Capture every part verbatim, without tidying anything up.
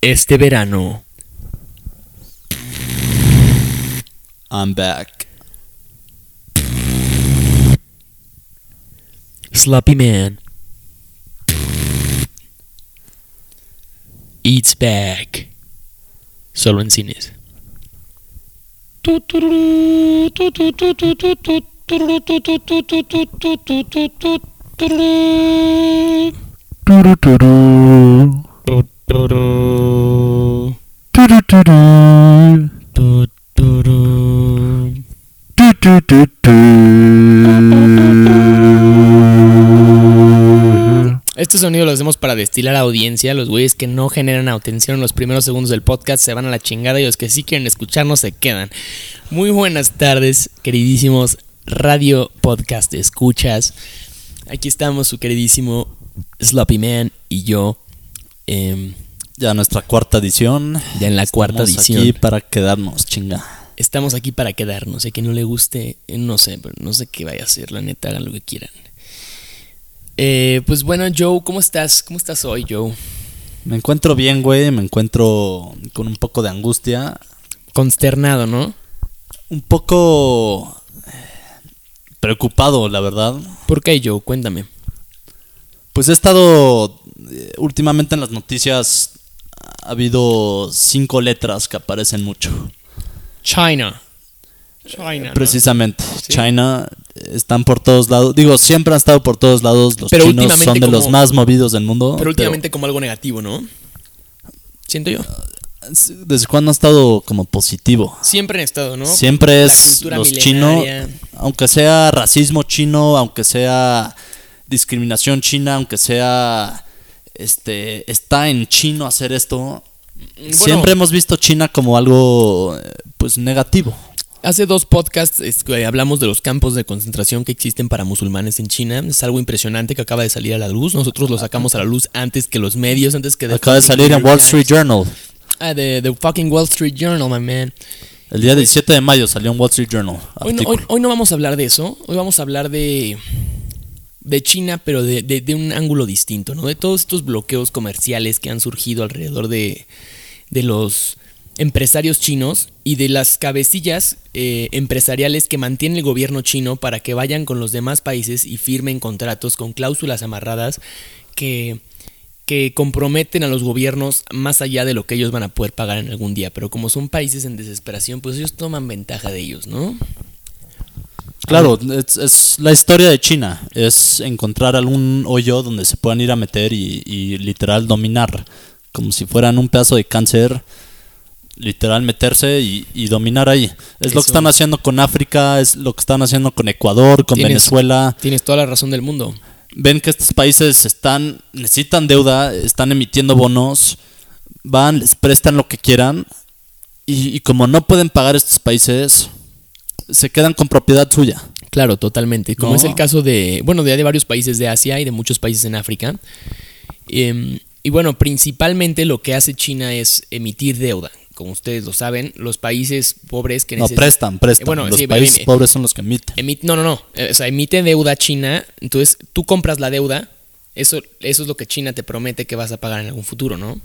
Este verano. I'm back. Sloppy Man Eats back. Solo en cines. Este sonido lo hacemos para destilar audiencia. Los güeyes que no generan atención en los primeros segundos del podcast se van a la chingada, y los que sí quieren escucharnos se quedan. Muy buenas tardes, queridísimos Radio Podcast escuchas. Aquí estamos su queridísimo Sloppy Man y yo. Eh, ya nuestra cuarta edición. Ya en la cuarta Estamos edición. aquí para quedarnos, chinga. Estamos aquí para quedarnos. A quien no le guste, no sé, pero no sé qué vaya a hacer. La neta, hagan lo que quieran. Eh, pues bueno, Joe, ¿cómo estás? ¿Cómo estás hoy, Joe? Me encuentro bien, güey. Me encuentro con un poco de angustia. Consternado, ¿no? Un poco preocupado, la verdad. ¿Por qué, Joe? Cuéntame. Pues he estado eh, últimamente en las noticias. Ha habido cinco letras que aparecen mucho. China. China, ¿no? Precisamente, Sí. China. Están por todos lados. Digo, siempre han estado por todos lados. Los Pero chinos son de como, los más movidos del mundo. Pero últimamente pero, como algo negativo, ¿no? Siento yo. ¿Desde cuándo ha estado como positivo? Siempre han estado, ¿no? Siempre es los chinos. Aunque sea racismo chino, aunque sea discriminación china, aunque sea este está en chino hacer esto. Bueno, siempre hemos visto China como algo pues negativo. Hace dos podcasts eh, hablamos de los campos de concentración que existen para musulmanes en China. Es algo impresionante que acaba de salir a la luz. Nosotros lo sacamos a la luz antes que los medios, antes que... Acaba de salir en Wall Street Journal. Ah, de The fucking Wall Street Journal, my man. El día diecisiete de mayo salió en Wall Street Journal. Hoy no, hoy, hoy no vamos a hablar de eso. Hoy vamos a hablar de... de China, pero de, de, de un ángulo distinto, ¿no? De todos estos bloqueos comerciales que han surgido alrededor de, de los... empresarios chinos y de las cabecillas eh, empresariales que mantiene el gobierno chino para que vayan con los demás países y firmen contratos con cláusulas amarradas que, que comprometen a los gobiernos más allá de lo que ellos van a poder pagar en algún día. Pero como son países en desesperación, pues ellos toman ventaja de ellos, ¿no? Claro, es, es la historia de China. Es encontrar algún hoyo donde se puedan ir a meter y, y literal dominar, como si fueran un pedazo de cáncer. Literal meterse y, y dominar ahí. Es Eso. Lo que están haciendo con África, es lo que están haciendo con Ecuador, con tienes, Venezuela. Tienes toda la razón del mundo. Ven que estos países están necesitan deuda, están emitiendo bonos, van, les prestan lo que quieran y, y como no pueden pagar estos países, se quedan con propiedad suya. Claro, totalmente. Como ¿No? es el caso de, bueno, de, de varios países de Asia y de muchos países en África. Eh, y bueno, principalmente lo que hace China es emitir deuda. Como ustedes lo saben, los países pobres que necesitan... No, prestan, prestan. Eh, bueno, los sí, países em, pobres son los que emiten. Emit, no, no, no. O sea, emite deuda China. Entonces, tú compras la deuda. Eso, eso es lo que China te promete que vas a pagar en algún futuro, ¿no?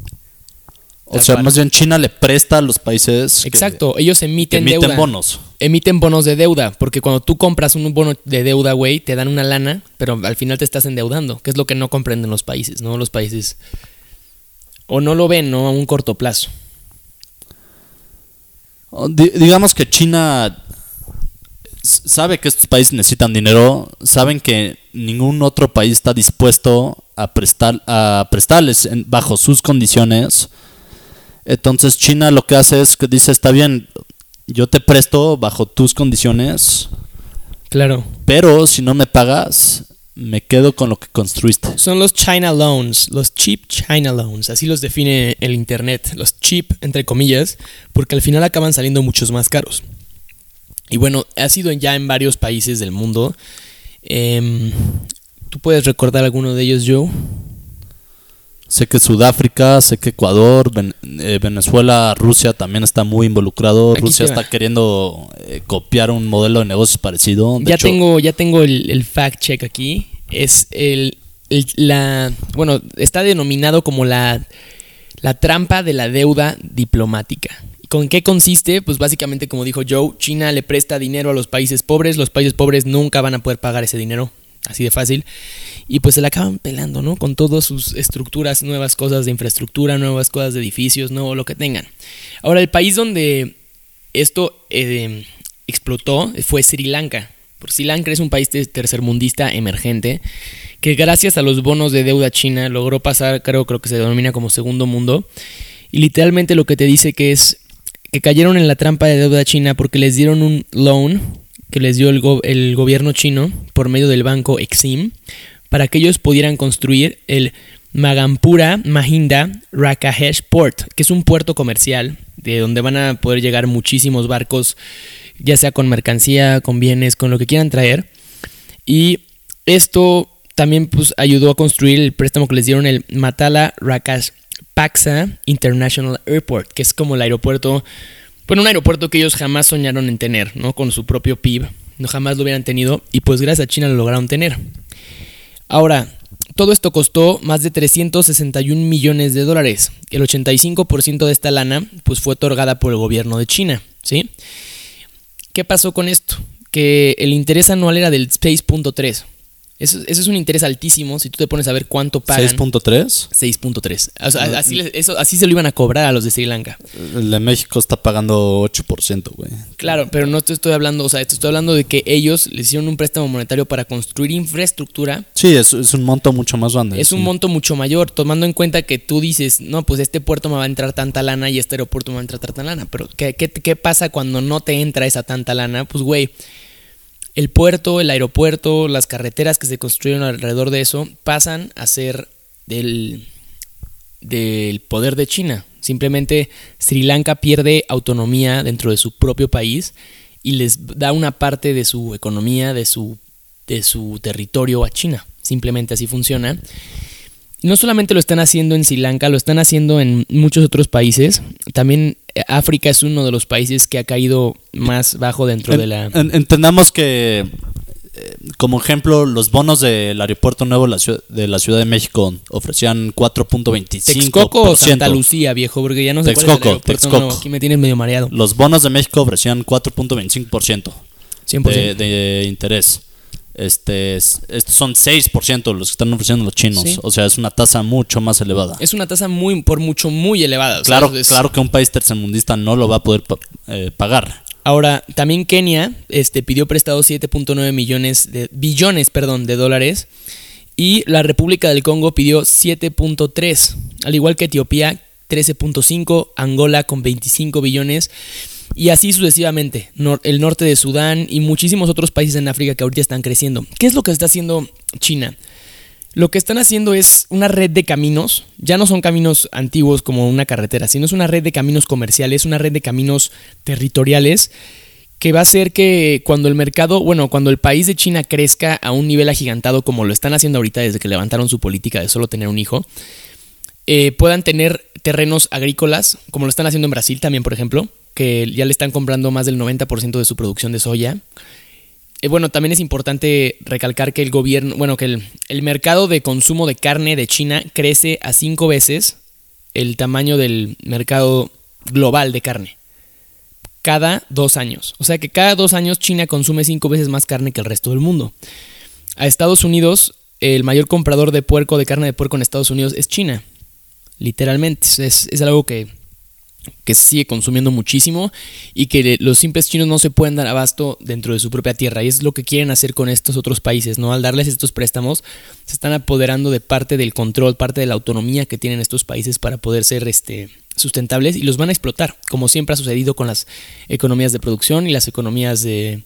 O sea, más bien China le presta a los países... Exacto. Que, ellos emiten, emiten deuda. bonos. Emiten bonos de deuda. Porque cuando tú compras un bono de deuda, güey, te dan una lana, pero al final te estás endeudando. Que es lo que no comprenden los países, ¿no? Los países... O no lo ven, ¿no? A un corto plazo. Digamos que China sabe que estos países necesitan dinero, saben que ningún otro país está dispuesto a prestar a prestarles en, bajo sus condiciones. Entonces China lo que hace es que dice, está bien, yo te presto bajo tus condiciones. Claro. Pero si no me pagas, me quedo con lo que construiste. Son los China Loans, los cheap China Loans, así los define el internet, los cheap entre comillas, porque al final acaban saliendo muchos más caros. Y bueno, ha sido ya en varios países del mundo. Eh, ¿Tú puedes recordar alguno de ellos, Joe? Sé que Sudáfrica, sé que Ecuador, Ven- eh, Venezuela, Rusia también está muy involucrado. Aquí Rusia está queriendo eh, copiar un modelo de negocios parecido. De ya hecho, tengo, ya tengo el, el fact check aquí. Es el, el la bueno, está denominado como la la trampa de la deuda diplomática. ¿Con qué consiste? Pues básicamente, como dijo Joe, China le presta dinero a los países pobres, los países pobres nunca van a poder pagar ese dinero, así de fácil, y pues se la acaban pelando, ¿no? Con todas sus estructuras, nuevas cosas de infraestructura, nuevas cosas de edificios, nuevo lo que tengan. Ahora, el país donde esto eh, explotó fue Sri Lanka. Por Sri Lanka es un país tercermundista emergente que gracias a los bonos de deuda china logró pasar, creo, creo que se denomina como segundo mundo, y literalmente lo que te dice que es que cayeron en la trampa de deuda china porque les dieron un loan que les dio el, go- el gobierno chino por medio del banco Exim para que ellos pudieran construir el Magampura Mahinda Rakahesh Port, que es un puerto comercial de donde van a poder llegar muchísimos barcos, ya sea con mercancía, con bienes, con lo que quieran traer. Y esto también pues ayudó a construir el préstamo que les dieron, el Matala Rajapaksa International Airport, que es como el aeropuerto, bueno, un aeropuerto que ellos jamás soñaron en tener, ¿no? Con su propio P I B, no jamás lo hubieran tenido, y pues gracias a China lo lograron tener. Ahora, todo esto costó más de trescientos sesenta y un millones de dólares. El ochenta y cinco por ciento de esta lana pues fue otorgada por el gobierno de China, ¿sí? ¿Qué pasó con esto? Que el interés anual era del seis punto tres. Eso, eso es un interés altísimo si tú te pones a ver cuánto pagan. ¿seis punto tres? seis punto tres. O sea, así, eso, así se lo iban a cobrar a los de Sri Lanka. El de México está pagando ocho por ciento, güey. Claro, pero no te estoy hablando, o sea, te estoy hablando de que ellos les hicieron un préstamo monetario para construir infraestructura. Sí, es, es un monto mucho más grande. Es sí. un monto mucho mayor, tomando en cuenta que tú dices, no, pues este puerto me va a entrar tanta lana y este aeropuerto me va a entrar tanta lana. Pero ¿qué, qué, qué pasa cuando no te entra esa tanta lana? Pues, güey, el puerto, el aeropuerto, las carreteras que se construyeron alrededor de eso pasan a ser del, del poder de China. Simplemente Sri Lanka pierde autonomía dentro de su propio país y les da una parte de su economía, de su, de su territorio a China. Simplemente así funciona. No solamente lo están haciendo en Sri Lanka, lo están haciendo en muchos otros países. También África es uno de los países que ha caído más bajo dentro en, de la... En, entendamos que, eh, como ejemplo, los bonos del aeropuerto nuevo de la, ciudad, de la Ciudad de México ofrecían cuatro punto veinticinco por ciento. Texcoco o Santa Lucía, viejo, porque ya no sé Texcoco, cuál es el aeropuerto Texcoco. nuevo. Aquí me tienes medio mareado. Los bonos de México ofrecían cuatro punto veinticinco por ciento cien por ciento de, de interés. Este, estos son seis por ciento los que están ofreciendo los chinos. Sí. O sea, es una tasa mucho más elevada. Es una tasa muy, por mucho, muy elevada. O sea, Claro, es- claro que un país tercermundista no lo va a poder pa- eh, pagar. Ahora, también Kenia este, pidió prestado siete punto nueve millones de billones, perdón, de dólares, y la República del Congo pidió siete punto tres, al igual que Etiopía trece punto cinco, Angola con veinticinco billones y así sucesivamente. Nor- el norte de Sudán y muchísimos otros países en África que ahorita están creciendo. ¿Qué es lo que está haciendo China? Lo que están haciendo es una red de caminos, ya no son caminos antiguos como una carretera, sino es una red de caminos comerciales, una red de caminos territoriales que va a hacer que cuando el mercado, bueno, cuando el país de China crezca a un nivel agigantado como lo están haciendo ahorita desde que levantaron su política de solo tener un hijo, eh, puedan tener terrenos agrícolas, como lo están haciendo en Brasil también, por ejemplo, que ya le están comprando más del noventa por ciento de su producción de soya. Eh, bueno, también es importante recalcar que el gobierno, bueno, que el, el mercado de consumo de carne de China crece a cinco veces el tamaño del mercado global de carne. Cada dos años. O sea que cada dos años China consume cinco veces más carne que el resto del mundo. A Estados Unidos, el mayor comprador de puerco, de carne de puerco en Estados Unidos es China. Literalmente. Es, es algo que, que se sigue consumiendo muchísimo y que los simples chinos no se pueden dar abasto dentro de su propia tierra. Y es lo que quieren hacer con estos otros países, ¿no? Al darles estos préstamos, se están apoderando de parte del control, parte de la autonomía que tienen estos países para poder ser este, sustentables y los van a explotar, como siempre ha sucedido con las economías de producción y las economías de...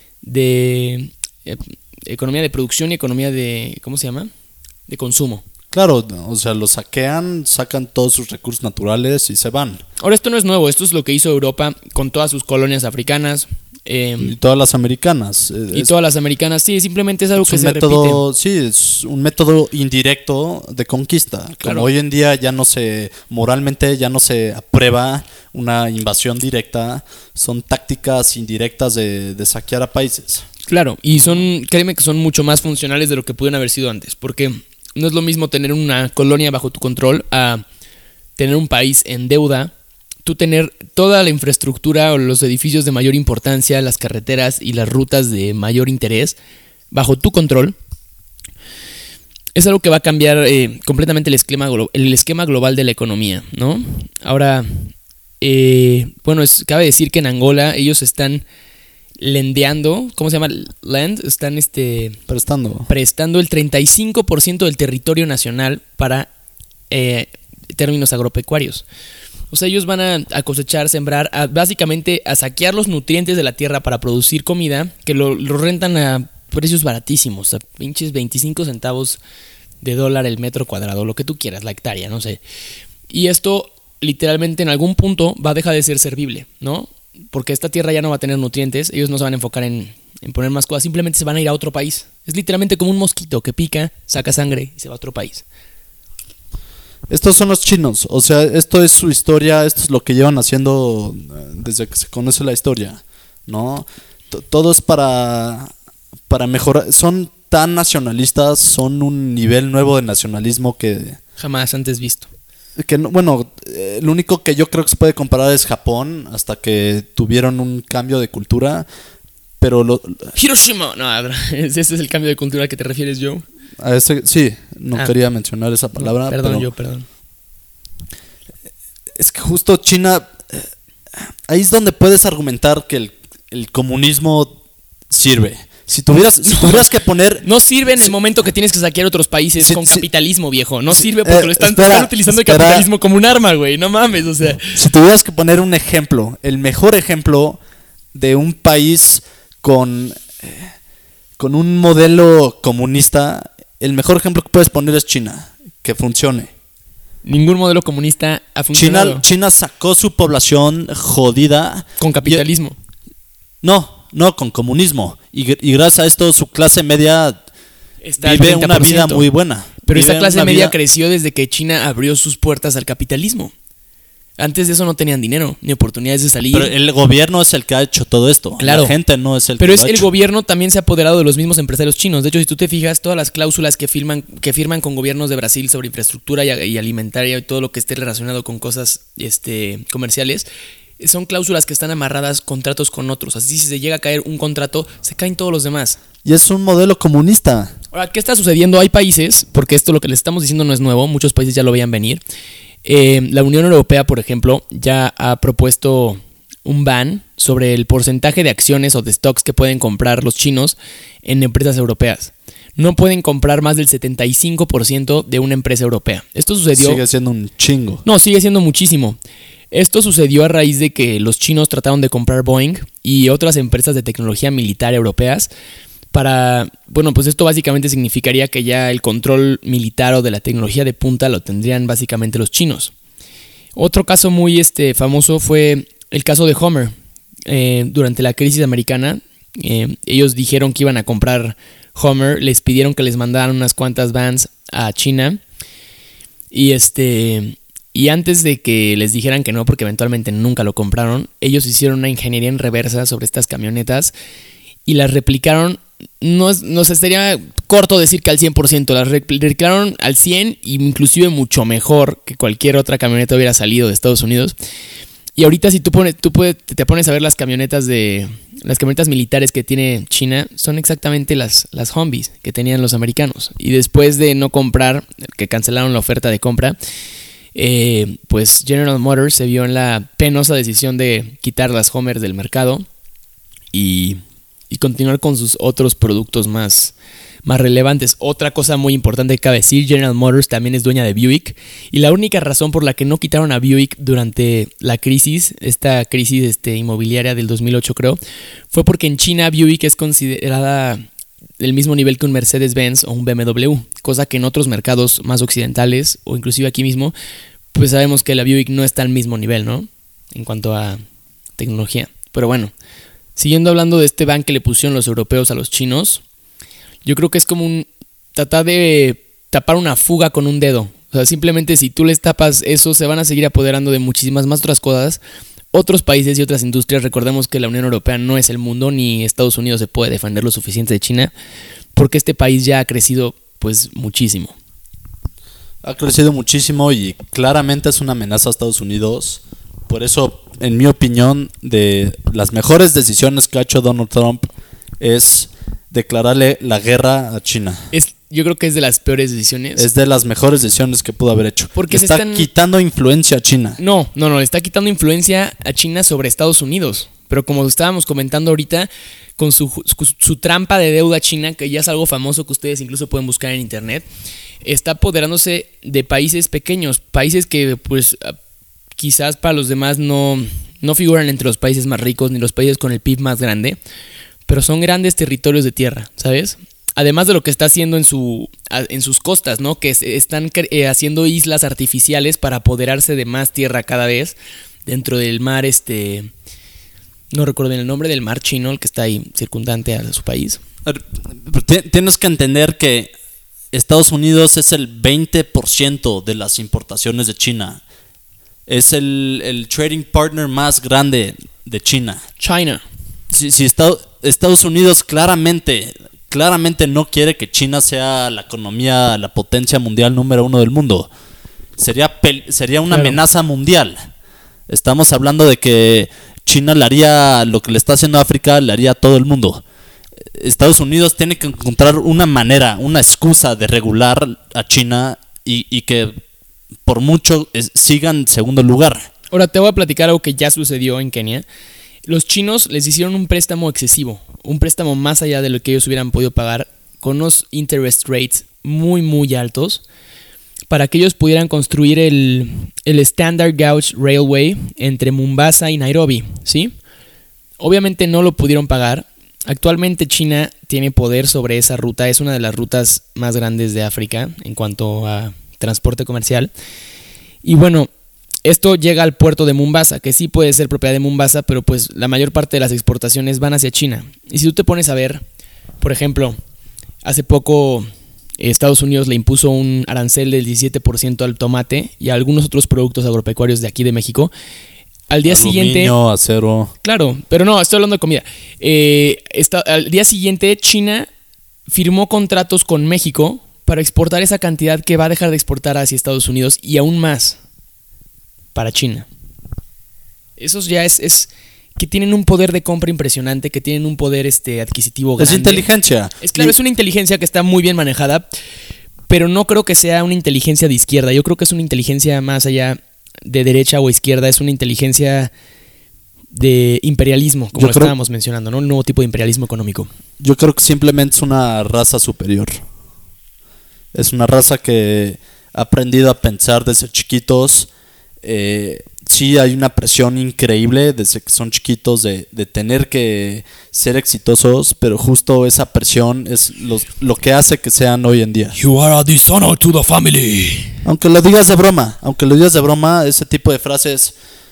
de eh, economía de producción y economía de... ¿cómo se llama? De consumo. Claro, o sea, los saquean, sacan todos sus recursos naturales y se van. Ahora, esto no es nuevo, esto es lo que hizo Europa con todas sus colonias africanas. Eh, Y todas las americanas. y Es- todas las americanas, sí, simplemente es algo es que un se método, repite. sí, es un método indirecto de conquista. Como Claro. hoy en día ya no se, moralmente ya no se aprueba una invasión directa, son tácticas indirectas de, de saquear a países. Claro, y son, créeme que son mucho más funcionales de lo que pudieron haber sido antes, porque no es lo mismo tener una colonia bajo tu control a tener un país en deuda, tú tener toda la infraestructura o los edificios de mayor importancia, las carreteras y las rutas de mayor interés bajo tu control, es algo que va a cambiar eh, completamente el esquema, el esquema global de la economía, ¿no? Ahora, eh, bueno, es, cabe decir que en Angola ellos están lendeando, ¿cómo se llama? Land, están este, prestando. prestando el treinta y cinco por ciento del territorio nacional para eh, términos agropecuarios. O sea, ellos van a, a cosechar, sembrar, a, básicamente a saquear los nutrientes de la tierra para producir comida, que lo, lo rentan a precios baratísimos, a pinches veinticinco centavos de dólar el metro cuadrado, lo que tú quieras, la hectárea, no sé. Y esto literalmente en algún punto va a dejar de ser servible, ¿no? Porque esta tierra ya no va a tener nutrientes, ellos no se van a enfocar en, en poner más cosas, simplemente se van a ir a otro país. Es literalmente como un mosquito que pica, saca sangre y se va a otro país. Estos son los chinos, o sea, esto es su historia, esto es lo que llevan haciendo desde que se conoce la historia, ¿no? T- todo es para, para mejorar, son tan nacionalistas, son un nivel nuevo de nacionalismo que... Jamás antes visto. Que no, bueno, eh, lo único que yo creo que se puede comparar es Japón, hasta que tuvieron un cambio de cultura, pero... Lo, Hiroshima, no, ese es el cambio de cultura al que te refieres, Joe. A ese, sí, no ah. quería mencionar esa palabra. No, perdón, pero yo, perdón. Es que justo China, eh, ahí es donde puedes argumentar que el, el comunismo sirve. Si tuvieras, si tuvieras que poner... No sirve en el momento que tienes que saquear otros países sí, con sí, capitalismo, viejo. No sí, sirve porque eh, lo están, espera, están utilizando espera. el capitalismo como un arma, güey. No mames, o sea. Si tuvieras que poner un ejemplo, el mejor ejemplo de un país con, eh, con un modelo comunista, el mejor ejemplo que puedes poner es China, que funcione. Ningún modelo comunista ha funcionado. China, China sacó su población jodida. Con capitalismo. Y, no, no, con comunismo. Y, y gracias a esto su clase media está vive una vida muy buena. Pero vive esa clase media vida... creció desde que China abrió sus puertas al capitalismo. Antes de eso no tenían dinero, ni oportunidades de salir. Pero el gobierno es el que ha hecho todo esto. Claro. La gente no es el Pero que es lo ha el hecho. gobierno también se ha apoderado de los mismos empresarios chinos. De hecho, si tú te fijas, todas las cláusulas que firman, que firman con gobiernos de Brasil sobre infraestructura y, y alimentaria y todo lo que esté relacionado con cosas este, comerciales, son cláusulas que están amarradas contratos con otros. Así si se llega a caer un contrato, se caen todos los demás. Y es un modelo comunista. Ahora, ¿qué está sucediendo? Hay países, porque esto lo que les estamos diciendo no es nuevo, muchos países ya lo veían venir. Eh, la Unión Europea, por ejemplo, ya ha propuesto un ban sobre el porcentaje de acciones o de stocks que pueden comprar los chinos en empresas europeas. No pueden comprar más del setenta y cinco por ciento de una empresa europea. Esto sucedió... Sigue siendo un chingo. No, sigue siendo muchísimo. Esto sucedió a raíz de que los chinos trataron de comprar Boeing y otras empresas de tecnología militar europeas para... Bueno, pues esto básicamente significaría que ya el control militar o de la tecnología de punta lo tendrían básicamente los chinos. Otro caso muy este, famoso fue el caso de Homer. Eh, durante la crisis americana, eh, ellos dijeron que iban a comprar Homer, les pidieron que les mandaran unas cuantas vans a China y este... Y antes de que les dijeran que no, porque eventualmente nunca lo compraron, ellos hicieron una ingeniería en reversa sobre estas camionetas y las replicaron. No, no sé, estaría corto decir que al cien por ciento, las replicaron al cien por ciento, inclusive mucho mejor que cualquier otra camioneta hubiera salido de Estados Unidos. Y ahorita si tú, pones, tú puedes, te pones a ver las camionetas de las camionetas militares que tiene China, son exactamente las, las Humvees que tenían los americanos. Y después de no comprar, que cancelaron la oferta de compra, Eh, pues General Motors se vio en la penosa decisión de quitar las Homer del mercado y, y continuar con sus otros productos más, más relevantes. Otra cosa muy importante que cabe decir, General Motors también es dueña de Buick y la única razón por la que no quitaron a Buick durante la crisis, esta crisis este, inmobiliaria del dos mil ocho creo, fue porque en China Buick es considerada del mismo nivel que un Mercedes-Benz o un B M W, cosa que en otros mercados más occidentales o inclusive aquí mismo, pues sabemos que la Buick no está al mismo nivel, ¿no? En cuanto a tecnología. Pero bueno, siguiendo hablando de este ban que le pusieron los europeos a los chinos, yo creo que es como un tratar de tapar una fuga con un dedo. O sea, simplemente si tú les tapas eso, se van a seguir apoderando de muchísimas más otras cosas. Otros países y otras industrias, recordemos que la Unión Europea no es el mundo, ni Estados Unidos se puede defender lo suficiente de China, porque este país ya ha crecido pues muchísimo. Ha crecido muchísimo y claramente es una amenaza a Estados Unidos. Por eso, en mi opinión, de las mejores decisiones que ha hecho Donald Trump es declararle la guerra a China. Es, yo creo que es de las peores decisiones. Es de las mejores decisiones que pudo haber hecho. Porque está están... quitando influencia a China. No, no, no, le está quitando influencia a China sobre Estados Unidos. Pero como estábamos comentando ahorita, con su, su, su trampa de deuda china, que ya es algo famoso que ustedes incluso pueden buscar en internet, está apoderándose de países pequeños, países que pues quizás para los demás no, no figuran entre los países más ricos ni los países con el P I B más grande, pero son grandes territorios de tierra, ¿sabes? Además de lo que está haciendo en, su, en sus costas, ¿no? Que están eh, haciendo islas artificiales para apoderarse de más tierra cada vez dentro del mar, este... no recuerdo bien el nombre, del mar chino, el que está ahí circundante a su país. Tienes que entender que Estados Unidos es el veinte por ciento de las importaciones de China. Es el, el trading partner más grande de China. China. Si, si Estados Unidos claramente, claramente no quiere que China sea la economía, la potencia mundial número uno del mundo, sería, sería una claro. amenaza mundial. Estamos hablando de que China le haría lo que le está haciendo a África, le haría a todo el mundo. Estados Unidos tiene que encontrar una manera, una excusa de regular a China y, y que por mucho es, sigan en segundo lugar. Ahora te voy a platicar algo que ya sucedió en Kenia. Los chinos les hicieron un préstamo excesivo, un préstamo más allá de lo que ellos hubieran podido pagar, con unos interest rates muy muy altos, para que ellos pudieran construir el, el Standard Gauge Railway entre Mombasa y Nairobi, ¿sí? Obviamente no lo pudieron pagar. Actualmente China tiene poder sobre esa ruta, es una de las rutas más grandes de África en cuanto a transporte comercial. Y bueno, esto llega al puerto de Mombasa, que sí puede ser propiedad de Mombasa, pero pues la mayor parte de las exportaciones van hacia China. Y si tú te pones a ver, por ejemplo, hace poco Estados Unidos le impuso un arancel del diecisiete por ciento al tomate y a algunos otros productos agropecuarios de aquí de México. Al día Aluminio, siguiente... acero... Claro, pero no, estoy hablando de comida. Eh, está, al día siguiente China firmó contratos con México para exportar esa cantidad que va a dejar de exportar hacia Estados Unidos y aún más para China. Eso ya es... es que tienen un poder de compra impresionante, que tienen un poder este, adquisitivo grande. Es inteligencia. Es claro, y... es una inteligencia que está muy bien manejada, pero no creo que sea una inteligencia de izquierda. Yo creo que es una inteligencia más allá de derecha o izquierda, es una inteligencia de imperialismo, como Yo lo creo... estábamos mencionando, ¿no? Un nuevo tipo de imperialismo económico. Yo creo que simplemente es una raza superior. Es una raza que ha aprendido a pensar desde chiquitos. Eh, sí hay una presión increíble desde que son chiquitos de, de tener que ser exitosos, pero justo esa presión es lo, lo que hace que sean hoy en día. You are a dishonor to the family. Aunque lo digas de broma, aunque lo digas de broma, ese tipo de frases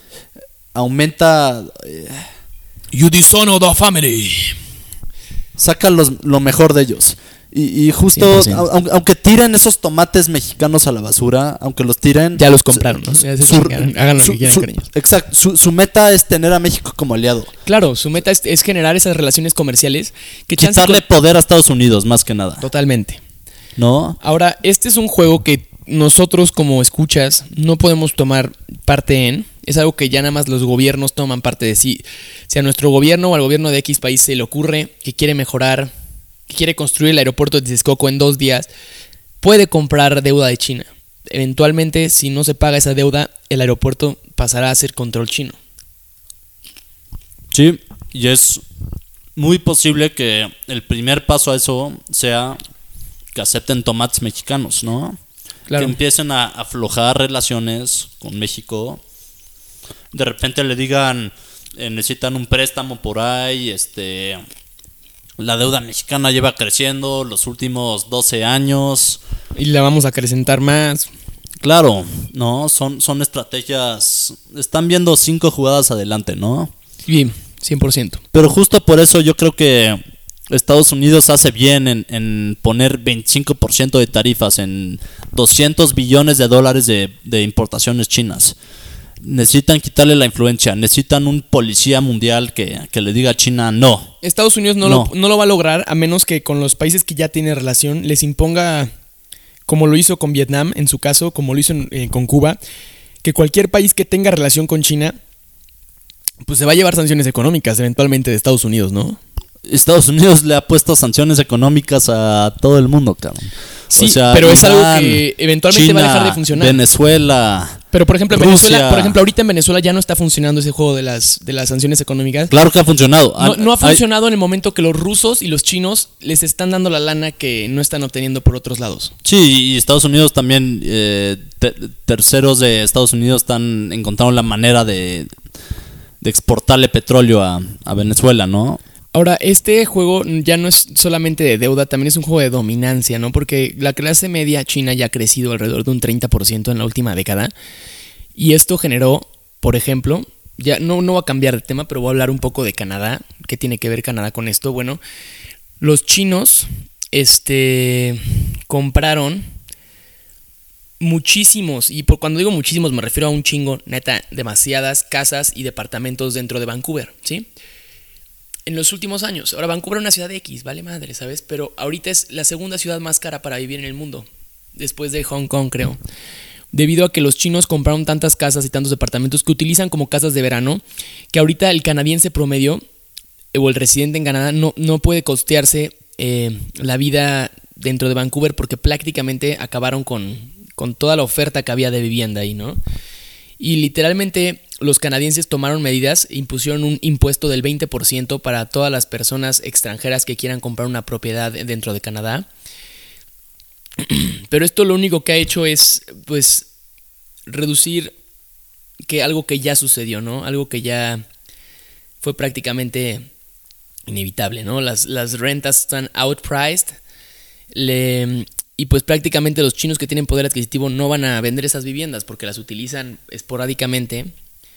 aumenta... Eh, you dishonor the family. Saca los, lo mejor de ellos. Y, y justo, aunque, aunque tiren esos tomates mexicanos a la basura, aunque los tiren... Ya los compraron, ¿no? Su, su, hagan lo su, que quieran su, con ellos. Exacto, su, su meta es tener a México como aliado. Claro, su meta es, es generar esas relaciones comerciales. Que Quitarle con... poder a Estados Unidos, más que nada. Totalmente. ¿No? Ahora, este es un juego que nosotros como escuchas no podemos tomar parte en. Es algo que ya nada más los gobiernos toman parte de sí. Si a nuestro gobierno o al gobierno de X país se le ocurre que quiere mejorar... que quiere construir el aeropuerto de Texcoco en dos días, puede comprar deuda de China. Eventualmente, si no se paga esa deuda, el aeropuerto pasará a ser control chino. Sí, y es muy posible que el primer paso a eso sea que acepten tomates mexicanos, ¿no? Claro. Que empiecen a aflojar relaciones con México. De repente le digan, eh, necesitan un préstamo por ahí, este... La deuda mexicana lleva creciendo los últimos doce años. Y la vamos a acrecentar más. Claro, no, son, son estrategias. Están viendo cinco jugadas adelante, ¿no? Bien, cien por ciento. Pero justo por eso yo creo que Estados Unidos hace bien en, en poner veinticinco por ciento de tarifas en doscientos billones de dólares de, de importaciones chinas. Necesitan quitarle la influencia, necesitan un policía mundial que, que le diga a China no. Estados Unidos no, no. Lo, no lo va a lograr a menos que con los países que ya tiene relación les imponga como lo hizo con Vietnam en su caso, como lo hizo en, eh, con Cuba, que cualquier país que tenga relación con China, pues se va a llevar sanciones económicas eventualmente de Estados Unidos, ¿no? Estados Unidos le ha puesto sanciones económicas a todo el mundo, cabrón. Sí, o sea, pero es Irán, algo que eventualmente China, va a dejar de funcionar. Venezuela. Pero por ejemplo, en Rusia. Venezuela, por ejemplo, ahorita en Venezuela ya no está funcionando ese juego de las, de las sanciones económicas. Claro que ha funcionado. No, no ha Hay- funcionado en el momento que los rusos y los chinos les están dando la lana que no están obteniendo por otros lados. Sí, y Estados Unidos también, eh, te- terceros de Estados Unidos están encontrando la manera de, de exportarle petróleo a, a Venezuela, ¿no? Ahora, este juego ya no es solamente de deuda, también es un juego de dominancia, ¿no? Porque la clase media china ya ha crecido alrededor de un treinta por ciento en la última década. Y esto generó, por ejemplo, ya no, no voy a cambiar de tema, pero voy a hablar un poco de Canadá. ¿Qué tiene que ver Canadá con esto? Bueno, los chinos este, compraron muchísimos, y por cuando digo muchísimos me refiero a un chingo, neta, demasiadas casas y departamentos dentro de Vancouver, ¿sí? En los últimos años. Ahora, Vancouver es una ciudad X, vale madre, ¿sabes? Pero ahorita es la segunda ciudad más cara para vivir en el mundo, después de Hong Kong, creo. Debido a que los chinos compraron tantas casas y tantos departamentos que utilizan como casas de verano, que ahorita el canadiense promedio, o el residente en Canadá, no, no puede costearse eh, la vida dentro de Vancouver porque prácticamente acabaron con, con toda la oferta que había de vivienda ahí, ¿no? Y literalmente los canadienses tomaron medidas e impusieron un impuesto del veinte por ciento para todas las personas extranjeras que quieran comprar una propiedad dentro de Canadá. Pero esto lo único que ha hecho es, pues, reducir que algo que ya sucedió, ¿no? Algo que ya fue prácticamente inevitable, ¿no? Las, las rentas están outpriced. Le... Y pues prácticamente los chinos que tienen poder adquisitivo no van a vender esas viviendas porque las utilizan esporádicamente.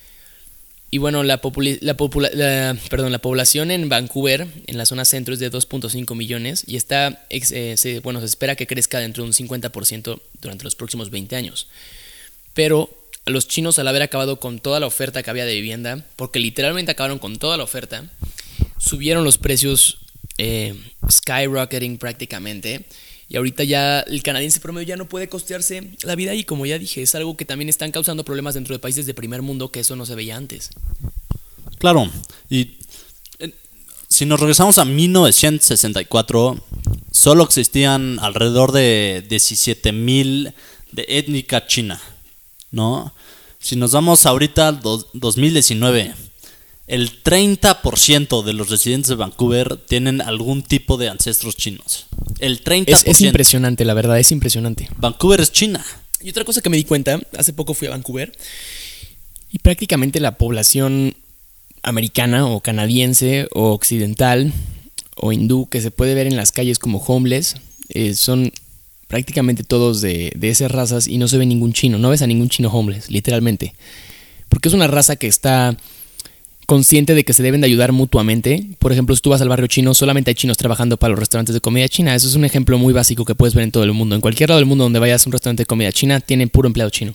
Y bueno, la, popula- la, popula- la, perdón, la población en Vancouver, en la zona centro, es de dos punto cinco millones y está, eh, se, bueno, se espera que crezca dentro de un cincuenta por ciento durante los próximos veinte años. Pero los chinos, al haber acabado con toda la oferta que había de vivienda, porque literalmente acabaron con toda la oferta, subieron los precios eh, skyrocketing prácticamente. Y ahorita ya el canadiense promedio ya no puede costearse la vida y como ya dije, es algo que también están causando problemas dentro de países de primer mundo, que eso no se veía antes. Claro, y eh, si nos regresamos a mil novecientos sesenta y cuatro, solo existían alrededor de diecisiete mil de étnica china, ¿no? Si nos vamos ahorita al do- dos mil diecinueve, el treinta por ciento de los residentes de Vancouver tienen algún tipo de ancestros chinos. El treinta por ciento. Es, es impresionante, la verdad, es impresionante. Vancouver es China. Y otra cosa que me di cuenta, hace poco fui a Vancouver y prácticamente la población americana o canadiense o occidental o hindú que se puede ver en las calles como homeless eh, son prácticamente todos de, de esas razas y no se ve ningún chino, no ves a ningún chino homeless, literalmente. Porque es una raza que está consciente de que se deben de ayudar mutuamente. Por ejemplo, si tú vas al barrio chino, solamente hay chinos trabajando para los restaurantes de comida china. Eso es un ejemplo muy básico que puedes ver en todo el mundo. En cualquier lado del mundo donde vayas a un restaurante de comida china, tienen puro empleado chino.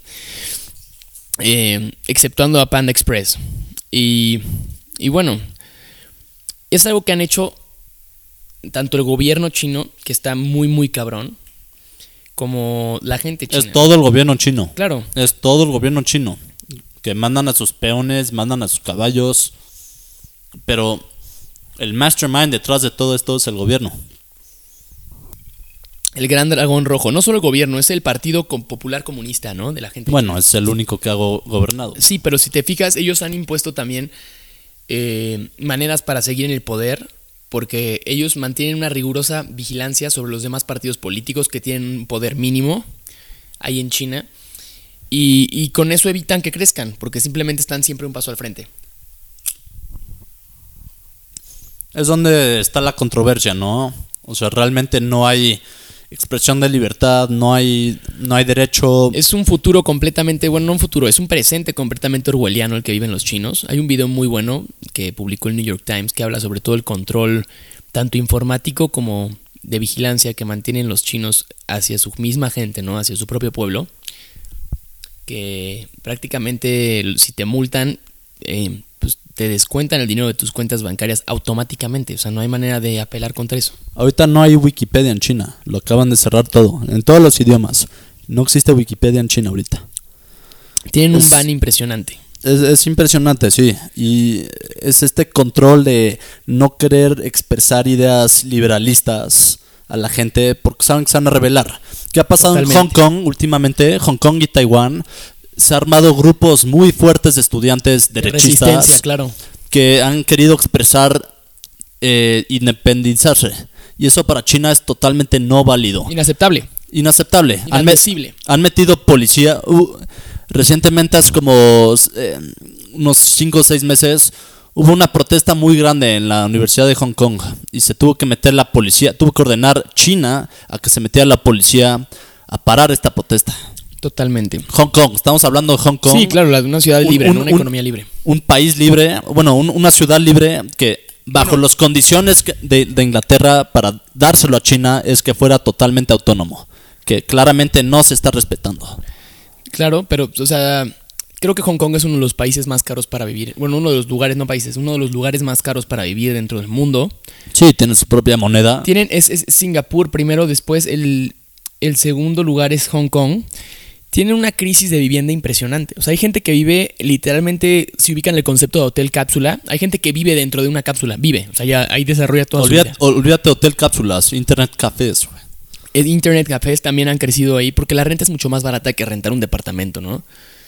Eh, exceptuando a Panda Express. Y, y bueno, es algo que han hecho tanto el gobierno chino, que está muy, muy cabrón, como la gente china. Es todo el gobierno chino. Claro. Es todo el gobierno chino. Que mandan a sus peones, mandan a sus caballos. Pero el mastermind detrás de todo esto es el gobierno. El gran dragón rojo. No solo el gobierno, es el Partido Popular Comunista, ¿no? De la gente. Bueno, es el único que ha go- gobernado. Sí, pero si te fijas, ellos han impuesto también eh, maneras para seguir en el poder, porque ellos mantienen una rigurosa vigilancia sobre los demás partidos políticos que tienen un poder mínimo ahí en China. Y, y con eso evitan que crezcan, porque simplemente están siempre un paso al frente. Es donde está la controversia, ¿no? O sea, realmente no hay expresión de libertad, no hay, no hay derecho. Es un futuro completamente, bueno, no un futuro, es un presente completamente orwelliano el que viven los chinos. Hay un video muy bueno que publicó el New York Times que habla sobre todo el control tanto informático como de vigilancia que mantienen los chinos hacia su misma gente, ¿no? Hacia su propio pueblo. Que prácticamente si te multan, eh, pues te descuentan el dinero de tus cuentas bancarias automáticamente. O sea, no hay manera de apelar contra eso. Ahorita no hay Wikipedia en China. Lo acaban de cerrar todo. En todos los idiomas. No existe Wikipedia en China ahorita. Tienen Es- un ban impresionante. Es, es impresionante, sí. Y es este control de no querer expresar ideas liberalistas a la gente porque saben que se van a rebelar. ¿Qué ha pasado en Hong Totalmente. Kong últimamente? Hong Kong y Taiwán se han armado grupos muy fuertes de estudiantes De derechistas resistencia, claro. que han querido expresar eh, independizarse. Y eso para China es totalmente no válido. Inaceptable. Inaceptable. Han, me- Inadmisible. han metido policía. Uh, recientemente, hace como eh, unos cinco o seis meses, hubo una protesta muy grande en la Universidad de Hong Kong. Y se tuvo que meter la policía, tuvo que ordenar China a que se metiera la policía a parar esta protesta. Totalmente. Hong Kong, estamos hablando de Hong Kong. Sí, claro, la- una ciudad Un- libre, un- ¿no? Una un- economía libre. Un país libre, bueno, un- una ciudad libre que bajo las condiciones que- de, de Inglaterra para dárselo a China es que fuera totalmente autónomo, que claramente no se está respetando. Claro, pero, o sea, creo que Hong Kong es uno de los países más caros para vivir. Bueno, uno de los lugares, no países, uno de los lugares más caros para vivir dentro del mundo. Sí, tiene su propia moneda. Tienen, es, es Singapur primero, después el, el segundo lugar es Hong Kong. Tienen una crisis de vivienda impresionante. O sea, hay gente que vive, literalmente, si ubican el concepto de hotel cápsula, hay gente que vive dentro de una cápsula, vive. O sea, ya ahí desarrolla toda su Olvídate, vida. olvídate hotel cápsulas, internet cafés. güey. El Internet cafés también han crecido ahí porque la renta es mucho más barata que rentar un departamento, ¿no?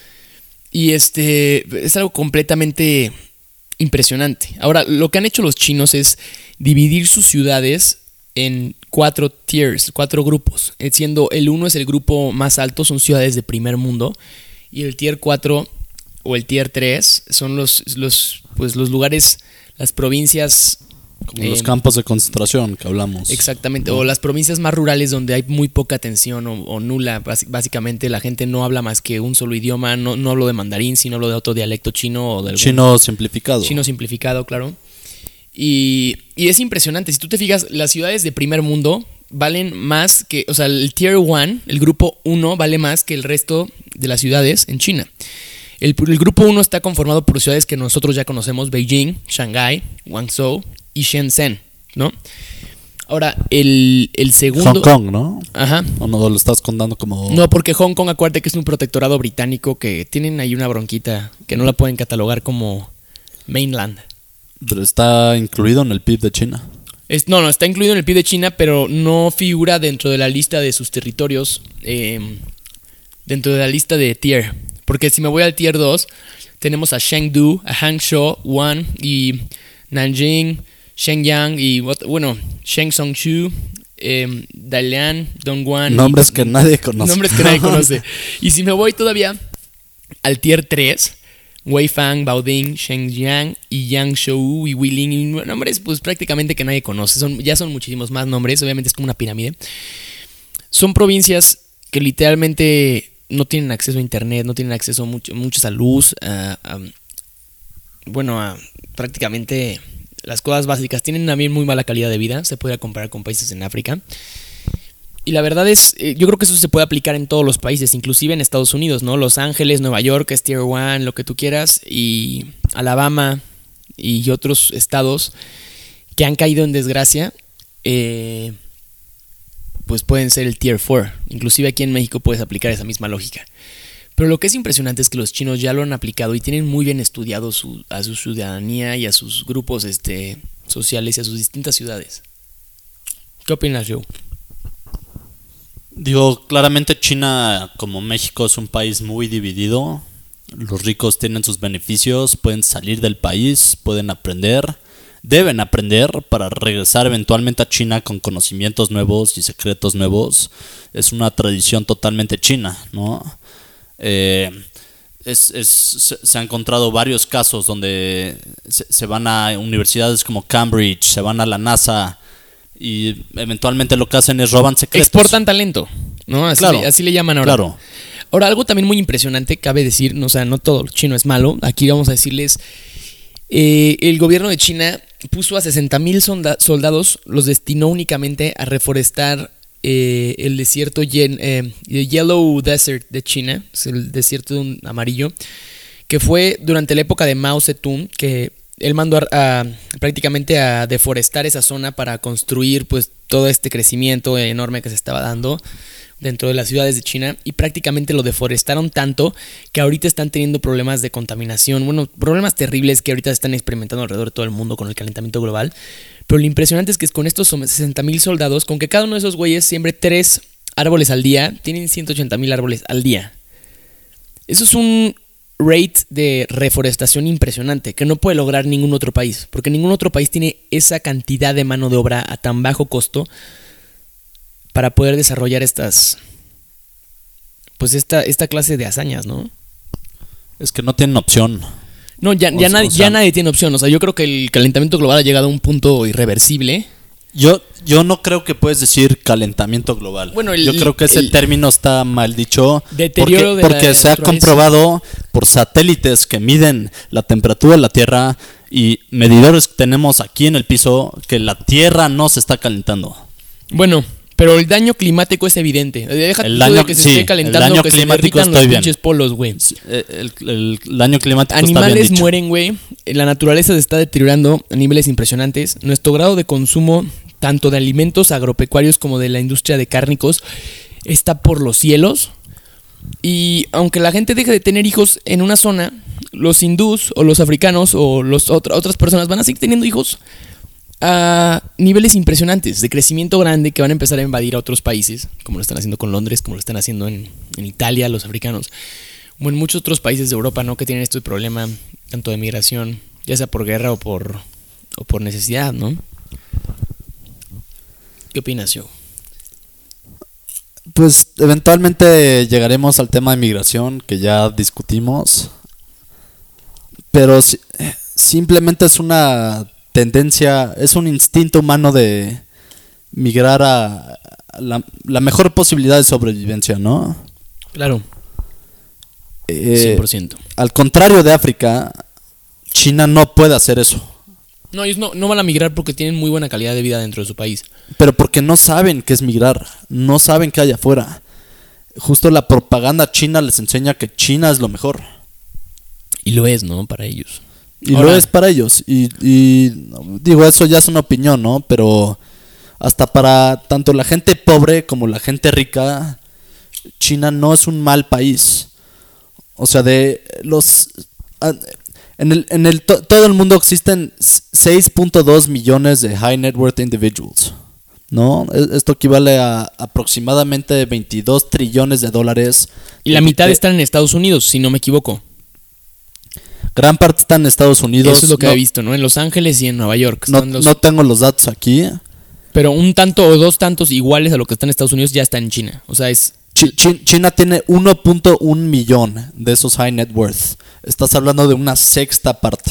Y este es algo completamente impresionante. Ahora, lo que han hecho los chinos es dividir sus ciudades en cuatro tiers, cuatro grupos. eh, Siendo el uno es el grupo más alto, son ciudades de primer mundo. Y el tier cuatro o el tier tres son los, los, pues, los lugares, las provincias. Como eh, los campos de concentración que hablamos. Exactamente, o las provincias más rurales donde hay muy poca atención o, o nula, bás- básicamente la gente no habla más que un solo idioma, no, no hablo de mandarín, sino hablo de otro dialecto chino o del Chino simplificado. chino simplificado, claro. Y, y es impresionante, si tú te fijas, las ciudades de primer mundo valen más que, o sea, el tier one, el grupo uno vale más que el resto de las ciudades en China. El, el grupo uno está conformado por ciudades que nosotros ya conocemos, Beijing, Shanghái, Guangzhou y Shenzhen, ¿no? Ahora, el, el segundo... Hong Kong, ¿no? Ajá. ¿O no lo estás contando como...? No, porque Hong Kong, acuérdate que es un protectorado británico que tienen ahí una bronquita que no la pueden catalogar como mainland. Pero está incluido en el P I B de China. Es, no, no, está incluido en el P I B de China, pero no figura dentro de la lista de sus territorios, eh, dentro de la lista de tier. Porque si me voy al tier dos, tenemos a Chengdu, a Hangzhou, Wuhan y Nanjing, Shenyang y, what- bueno, Shenzhou, eh, Dalian, Dongguan. y- Nombres que nadie conoce. Nombres que nadie conoce. Y si me voy todavía al tier tres, Weifang, Baoding, Shenyang y Yangzhou y Guilin, y nombres pues prácticamente que nadie conoce. Son, ya son muchísimos más nombres, obviamente es como una pirámide. Son provincias que literalmente no tienen acceso a internet, no tienen acceso a mucho, mucha luz, a, a- bueno, a prácticamente las cosas básicas. Tienen también muy mala calidad de vida, se puede comparar con países en África. Y la verdad es, eh, yo creo que eso se puede aplicar en todos los países, inclusive en Estados Unidos, ¿no? Los Ángeles, Nueva York, es Tier uno, lo que tú quieras, y Alabama y otros estados que han caído en desgracia, eh, pues pueden ser el Tier cuatro. Inclusive aquí en México puedes aplicar esa misma lógica. Pero lo que es impresionante es que los chinos ya lo han aplicado y tienen muy bien estudiado su, a su ciudadanía y a sus grupos este, sociales y a sus distintas ciudades. ¿Qué opinas, Joe? Digo, claramente China, como México, es un país muy dividido. Los ricos tienen sus beneficios, pueden salir del país, pueden aprender, deben aprender para regresar eventualmente a China con conocimientos nuevos y secretos nuevos. Es una tradición totalmente china, ¿no? Eh, es, es, se, se han encontrado varios casos donde se, se van a universidades como Cambridge, se van a la NASA y eventualmente lo que hacen es roban secretos. Exportan talento, ¿no? Así, Claro, le, así le llaman ahora. Claro. Ahora, algo también muy impresionante, cabe decir, no, o sea, no todo chino es malo. Aquí vamos a decirles, eh, el gobierno de China puso a sesenta mil soldados, los destinó únicamente a reforestar eh, el desierto yen, eh, el Yellow Desert de China, es el desierto de un amarillo, que fue durante la época de Mao Zedong, que él mandó a, a, prácticamente a deforestar esa zona para construir pues todo este crecimiento enorme que se estaba dando dentro de las ciudades de China, y prácticamente lo deforestaron tanto que ahorita están teniendo problemas de contaminación, bueno, problemas terribles que ahorita se están experimentando alrededor de todo el mundo con el calentamiento global. Pero lo impresionante es que con estos sesenta mil soldados, con que cada uno de esos güeyes siembre tres árboles al día, tienen ciento ochenta mil árboles al día. Eso es un rate de reforestación impresionante que no puede lograr ningún otro país, porque ningún otro país tiene esa cantidad de mano de obra a tan bajo costo para poder desarrollar estas, pues esta, esta clase de hazañas, ¿no? Es que no tienen opción. No, ya, ya, o, nadie, o sea, ya nadie tiene opción. O sea, yo creo que el calentamiento global ha llegado a un punto irreversible. Yo, yo no creo que puedes decir calentamiento global. Bueno, el, yo creo que ese el, término está mal dicho. Deterioro porque, de porque la se ha comprobado por satélites que miden la temperatura de la Tierra y medidores que tenemos aquí en el piso que la Tierra no se está calentando. Bueno, pero el daño climático es evidente. Deja el daño, de que se sí, esté calentando, el daño que climático se derritan los bien. pinches polos, güey. El, el, el daño climático Animales está bien dicho. mueren, güey. La naturaleza se está deteriorando a niveles impresionantes. Nuestro grado de consumo, tanto de alimentos agropecuarios como de la industria de cárnicos, está por los cielos. Y aunque la gente deje de tener hijos en una zona, los hindús o los africanos o los otra, otras personas van a seguir teniendo hijos a niveles impresionantes de crecimiento grande que van a empezar a invadir a otros países, como lo están haciendo con Londres, como lo están haciendo en, en Italia los africanos, o en muchos otros países de Europa, ¿no? Que tienen este problema tanto de migración, ya sea por guerra o por, o por necesidad, ¿no? ¿Qué opinas, yo? Pues eventualmente llegaremos al tema de migración que ya discutimos, pero si, simplemente es una tendencia, es un instinto humano de migrar a la, la mejor posibilidad de sobrevivencia, ¿no? Claro. Eh, cien por ciento. Al contrario de África, China no puede hacer eso. No, ellos no, no van a migrar porque tienen muy buena calidad de vida dentro de su país. Pero porque no saben qué es migrar, no saben qué hay afuera. Justo la propaganda china les enseña que China es lo mejor. Y lo es, ¿no? Para ellos. Y Ahora, lo es para ellos. Y, y digo, eso ya es una opinión, ¿no? Pero hasta para tanto la gente pobre como la gente rica, China no es un mal país. O sea, de los... En el, en el to, todo el mundo existen seis punto dos millones de high net worth individuals, ¿no? Esto equivale a aproximadamente veintidós trillones de dólares. Y la mitad de, están en Estados Unidos, si no me equivoco. Gran parte está en Estados Unidos. Eso es lo que no, he visto, ¿no? En Los Ángeles y en Nueva York. No, los... no tengo los datos aquí. Pero un tanto o dos tantos iguales a lo que está en Estados Unidos ya está en China. O sea, es... Ch- China tiene uno punto uno millón de esos high net worth. Estás hablando de una sexta parte.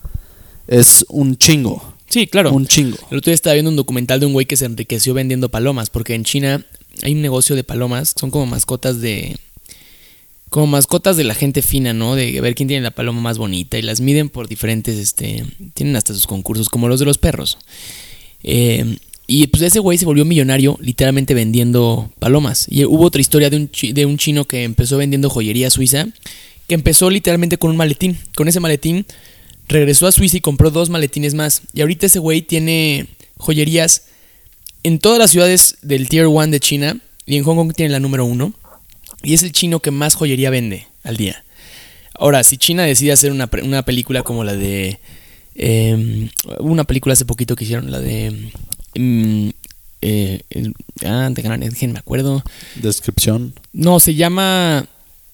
Es un chingo. Sí, claro. Un chingo. El otro día estaba viendo un documental de un güey que se enriqueció vendiendo palomas. Porque en China hay un negocio de palomas. Son como mascotas de... Como mascotas de la gente fina, ¿no? De ver quién tiene la paloma más bonita. Y las miden por diferentes... este Tienen hasta sus concursos, como los de los perros. Eh... Y pues ese güey se volvió millonario literalmente vendiendo palomas. Y hubo otra historia de un, chi- de un chino que empezó vendiendo joyería suiza, que empezó literalmente con un maletín. Con ese maletín regresó a Suiza y compró dos maletines más. Y ahorita ese güey tiene joyerías en todas las ciudades del Tier uno de China. Y en Hong Kong tiene la número uno. Y es el chino que más joyería vende al día. Ahora, si China decide hacer una, una película como la de... Eh, una película hace poquito que hicieron, la de... Mm, eh, eh, ah, déjenme me acuerdo. Descripción. No, se llama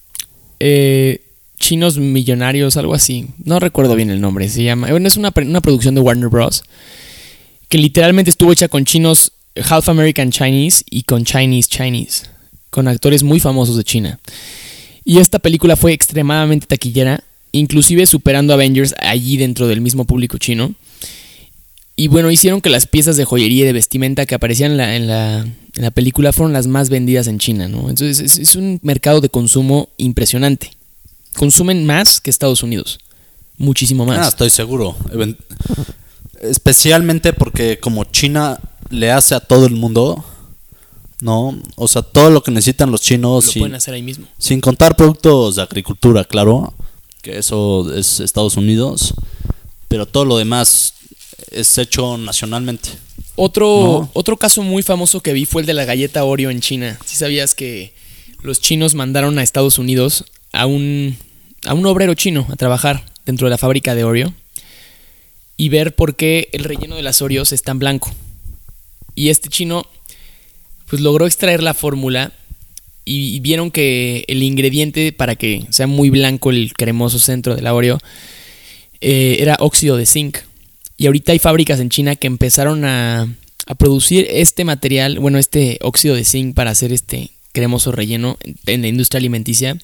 eh, Chinos Millonarios, algo así. No recuerdo bien el nombre. Se llama. Bueno, es una, una producción de Warner Bros. Que literalmente estuvo hecha con chinos Half American Chinese y con Chinese Chinese. Con actores muy famosos de China. Y esta película fue extremadamente taquillera, inclusive superando a Avengers allí dentro del mismo público chino. Y bueno, hicieron que las piezas de joyería y de vestimenta que aparecían en la, en la, en la película fueron las más vendidas en China, ¿no? Entonces es, es un mercado de consumo impresionante. Consumen más que Estados Unidos. Muchísimo más. Ah, estoy seguro. Especialmente porque como China le hace a todo el mundo, ¿no? O sea, todo lo que necesitan los chinos... Lo sin, pueden hacer ahí mismo. Sin contar productos de agricultura, claro. que eso es Estados Unidos, pero todo lo demás es hecho nacionalmente. Otro, No. otro caso muy famoso que vi fue el de la galleta Oreo en China. ¿Sí sabías que los chinos mandaron a Estados Unidos a un, a un obrero chino a trabajar dentro de la fábrica de Oreo y ver por qué el relleno de las Oreos es tan blanco? Y este chino pues logró extraer la fórmula y, y vieron que el ingrediente para que sea muy blanco el cremoso centro de la Oreo eh, era óxido de zinc. Y ahorita hay fábricas en China que empezaron a, a producir este material, bueno, este óxido de zinc para hacer este cremoso relleno en la industria alimenticia.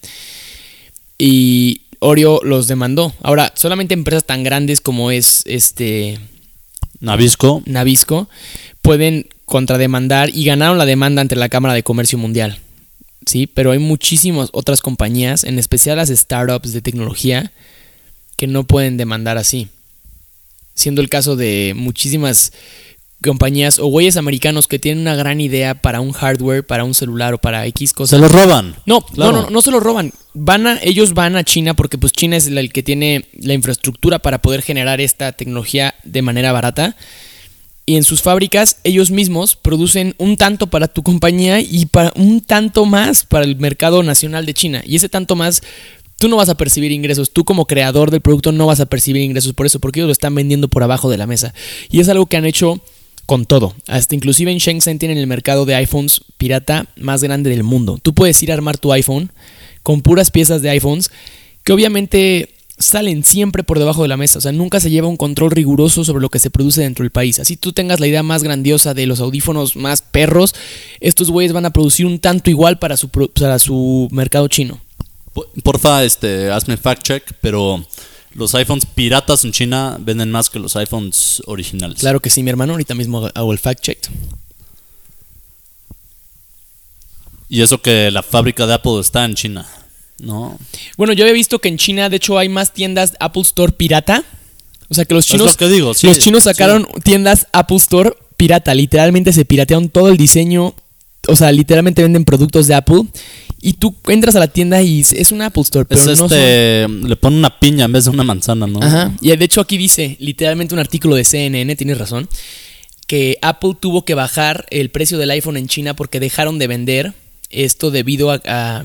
Y Oreo los demandó. Ahora, solamente empresas tan grandes como es este Nabisco. Nabisco pueden contrademandar y ganaron la demanda ante la Cámara de Comercio Mundial. Sí, pero hay muchísimas otras compañías, en especial las startups de tecnología, que no pueden demandar así. Siendo el caso de muchísimas compañías o güeyes americanos que tienen una gran idea para un hardware, para un celular o para X cosas. Se los roban. No, Claro. no, no, no se lo roban. Van a, ellos van a China porque pues China es el que tiene la infraestructura para poder generar esta tecnología de manera barata. Y en sus fábricas ellos mismos producen un tanto para tu compañía y para un tanto más para el mercado nacional de China. Y ese tanto más, tú no vas a percibir ingresos. Tú como creador del producto no vas a percibir ingresos por eso, porque ellos lo están vendiendo por abajo de la mesa. Y es algo que han hecho con todo. Hasta inclusive en Shenzhen tienen el mercado de iPhones pirata más grande del mundo. Tú puedes ir a armar tu iPhone con puras piezas de iPhones que obviamente salen siempre por debajo de la mesa. O sea, nunca se lleva un control riguroso sobre lo que se produce dentro del país. Así tú tengas la idea más grandiosa de los audífonos más perros, estos güeyes van a producir un tanto igual para su, para su mercado chino. Porfa, este, hazme fact check, pero los iPhones piratas en China venden más que los iPhones originales. Claro que sí, mi hermano. Ahorita mismo hago el fact check. Y eso que la fábrica de Apple está en China, ¿no? Bueno, yo había visto que en China, de hecho, hay más tiendas Apple Store pirata. O sea, que los chinos, es lo que digo, sí, los chinos sacaron sí. tiendas Apple Store pirata. Literalmente se piratearon todo el diseño. O sea, literalmente venden productos de Apple. Y tú entras a la tienda y es una Apple Store, pero es no este, son... le ponen una piña en vez de una manzana, ¿no? Ajá. Y de hecho aquí dice, literalmente un artículo de C N N, tienes razón, que Apple tuvo que bajar el precio del iPhone en China porque dejaron de vender esto debido a, a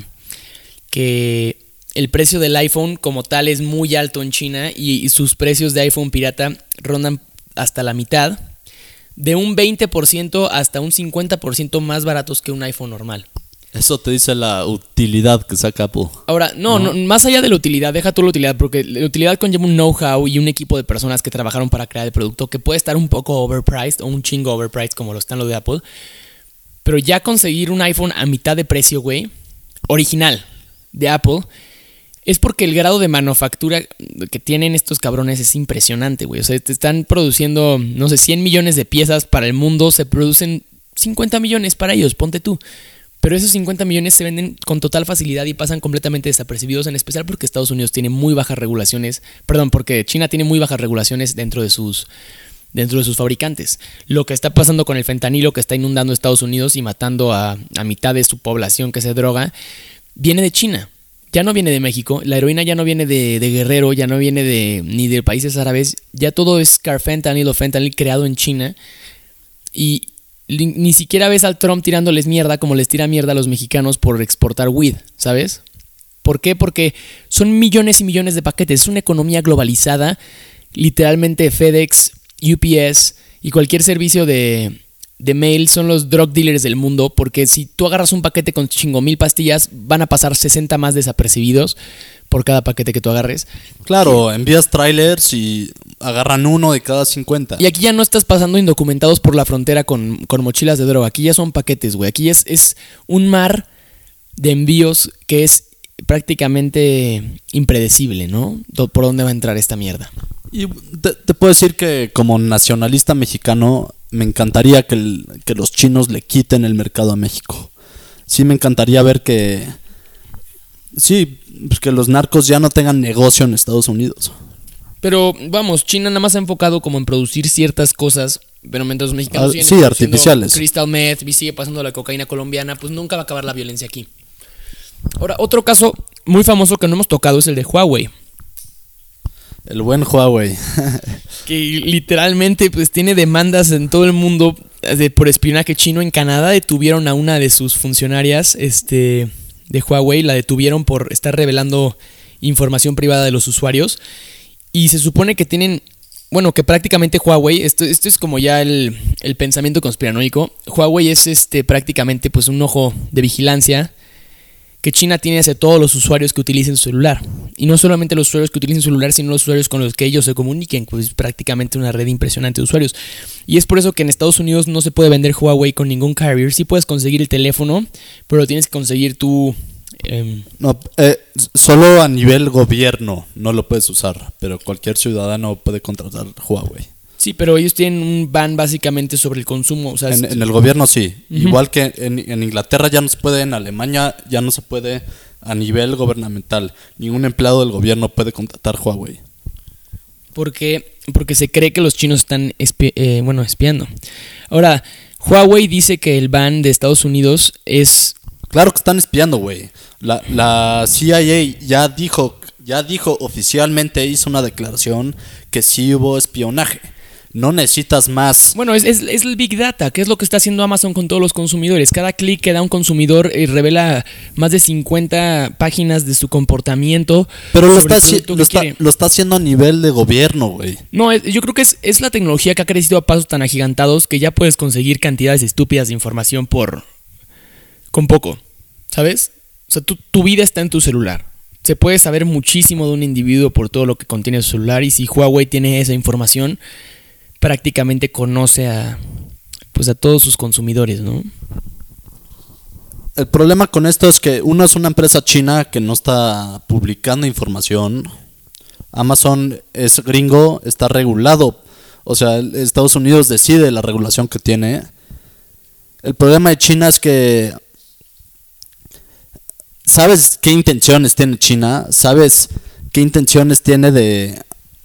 que el precio del iPhone como tal es muy alto en China y, y sus precios de iPhone pirata rondan hasta la mitad, de un veinte por ciento hasta un cincuenta por ciento más baratos que un iPhone normal. Eso te dice la utilidad que saca Apple. Ahora, no, no, no, más allá de la utilidad, deja tú la utilidad, porque la utilidad conlleva un know-how y un equipo de personas que trabajaron para crear el producto que puede estar un poco overpriced o un chingo overpriced como lo están los de Apple. Pero ya conseguir un iPhone a mitad de precio, güey, original de Apple, es porque el grado de manufactura que tienen estos cabrones es impresionante, güey. O sea, te están produciendo, no sé, cien millones de piezas para el mundo, se producen cincuenta millones para ellos, ponte tú. Pero esos cincuenta millones se venden con total facilidad y pasan completamente desapercibidos, en especial porque Estados Unidos tiene muy bajas regulaciones, perdón, porque China tiene muy bajas regulaciones dentro de sus, dentro de sus fabricantes. Lo que está pasando con el fentanilo que está inundando Estados Unidos y matando a, a mitad de su población que se droga, viene de China, ya no viene de México. La heroína ya no viene de, de Guerrero, ya no viene de, ni de países árabes, ya todo es carfentanil o fentanil creado en China y ni siquiera ves al Trump tirándoles mierda como les tira mierda a los mexicanos por exportar weed, ¿sabes? ¿Por qué? Porque son millones y millones de paquetes. Es una economía globalizada. Literalmente FedEx, U P S y cualquier servicio de, de mail son los drug dealers del mundo. Porque si tú agarras un paquete con chingo mil pastillas, van a pasar sesenta más desapercibidos por cada paquete que tú agarres. Claro, envías trailers y agarran uno de cada cincuenta. Y aquí ya no estás pasando indocumentados por la frontera con, con mochilas de droga. Aquí ya son paquetes, güey. Aquí es, es un mar de envíos que es prácticamente impredecible, ¿no? Por dónde va a entrar esta mierda. Y te, te puedo decir que como nacionalista mexicano me encantaría que, el, que los chinos le quiten el mercado a México. Sí, me encantaría ver que... Sí, pues que los narcos ya no tengan negocio en Estados Unidos. Pero vamos, China nada más ha enfocado como en producir ciertas cosas, pero mientras los mexicanos ah, siguen sí, artificiales. Crystal meth y sigue pasando la cocaína colombiana, pues nunca va a acabar la violencia aquí. Ahora, otro caso muy famoso que no hemos tocado es el de Huawei. El buen Huawei. Que literalmente pues tiene demandas en todo el mundo de, por espionaje chino. En Canadá detuvieron a una de sus funcionarias este, de Huawei, la detuvieron por estar revelando información privada de los usuarios. Y se supone que tienen, bueno, que prácticamente Huawei, esto, esto es como ya el, el pensamiento conspiranoico. Huawei es este prácticamente pues un ojo de vigilancia que China tiene hacia todos los usuarios que utilicen su celular. Y no solamente los usuarios que utilicen su celular, sino los usuarios con los que ellos se comuniquen, pues es prácticamente una red impresionante de usuarios. Y es por eso que en Estados Unidos no se puede vender Huawei con ningún carrier. Sí puedes conseguir el teléfono, pero tienes que conseguir tu... Eh, no, eh, solo a nivel gobierno no lo puedes usar, pero cualquier ciudadano puede contratar Huawei. Sí, pero ellos tienen un ban básicamente sobre el consumo. O sea, en, es... en el gobierno sí. Uh-huh. Igual que en, en Inglaterra ya no se puede, en Alemania ya no se puede a nivel gubernamental. Ningún empleado del gobierno puede contratar Huawei. Porque, porque se cree que los chinos están espi- eh, bueno, espiando. Ahora, Huawei dice que el ban de Estados Unidos es... Claro que están espiando, güey. La, la C I A ya dijo, ya dijo oficialmente, hizo una declaración que sí hubo espionaje. No necesitas más. Bueno, es, es, es el Big Data, que es lo que está haciendo Amazon con todos los consumidores. Cada clic que da un consumidor eh, revela más de cincuenta páginas de su comportamiento. Pero lo está, lo, está, lo está haciendo a nivel de gobierno, güey. No, es, yo creo que es, es la tecnología que ha crecido a pasos tan agigantados que ya puedes conseguir cantidades estúpidas de información por con poco, ¿sabes? O sea, tu, tu vida está en tu celular. Se puede saber muchísimo de un individuo por todo lo que contiene su celular. Y si Huawei tiene esa información, prácticamente conoce a pues a todos sus consumidores, ¿no? El problema con esto es que uno es una empresa china que no está publicando información. Amazon es gringo, está regulado. O sea, Estados Unidos decide la regulación que tiene. El problema de China es que ¿sabes qué intenciones tiene China? ¿Sabes qué intenciones tiene de...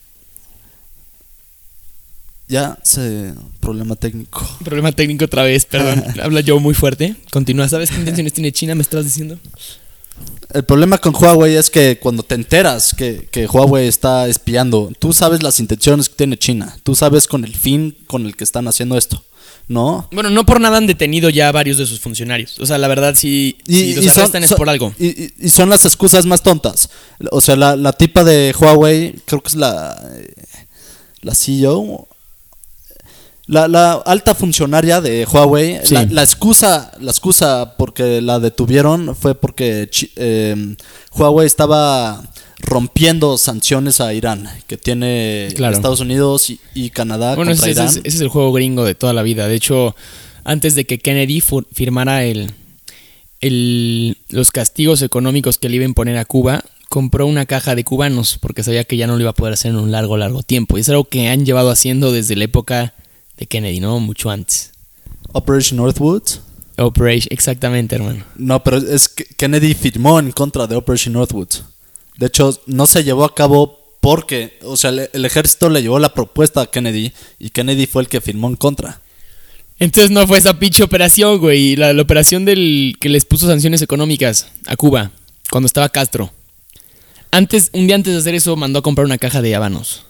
Ya, se... problema técnico. Problema técnico otra vez, perdón. Habla yo muy fuerte. Continúa. ¿Sabes qué intenciones tiene China? ¿Me estabas diciendo? El problema con Huawei es que cuando te enteras que, que Huawei está espiando, tú sabes las intenciones que tiene China. Tú sabes con el fin con el que están haciendo esto, ¿no? Bueno, no por nada han detenido ya a varios de sus funcionarios. O sea, la verdad, si, y, si los y arrestan son, es son, por algo. Y, y son las excusas más tontas. O sea, la, la tipa de Huawei, creo que es la, la C E O... La, la alta funcionaria de Huawei, sí. la, la excusa la excusa porque la detuvieron fue porque eh, Huawei estaba rompiendo sanciones a Irán, que tiene claro. Estados Unidos y, y Canadá bueno, contra ese, Irán. Ese, ese es el juego gringo de toda la vida. De hecho, antes de que Kennedy firmara el, el, los castigos económicos que le iba a imponer a Cuba, compró una caja de cubanos porque sabía que ya no lo iba a poder hacer en un largo, largo tiempo. Y es algo que han llevado haciendo desde la época de Kennedy, ¿no? Mucho antes. Operation Northwoods. Operation, exactamente, hermano. No, pero es que Kennedy firmó en contra de Operation Northwoods. De hecho, no se llevó a cabo porque, o sea, el, el ejército le llevó la propuesta a Kennedy y Kennedy fue el que firmó en contra. Entonces no fue esa pinche operación, güey. La, la operación del que les puso sanciones económicas a Cuba cuando estaba Castro. Antes, un día antes de hacer eso, mandó a comprar una caja de habanos.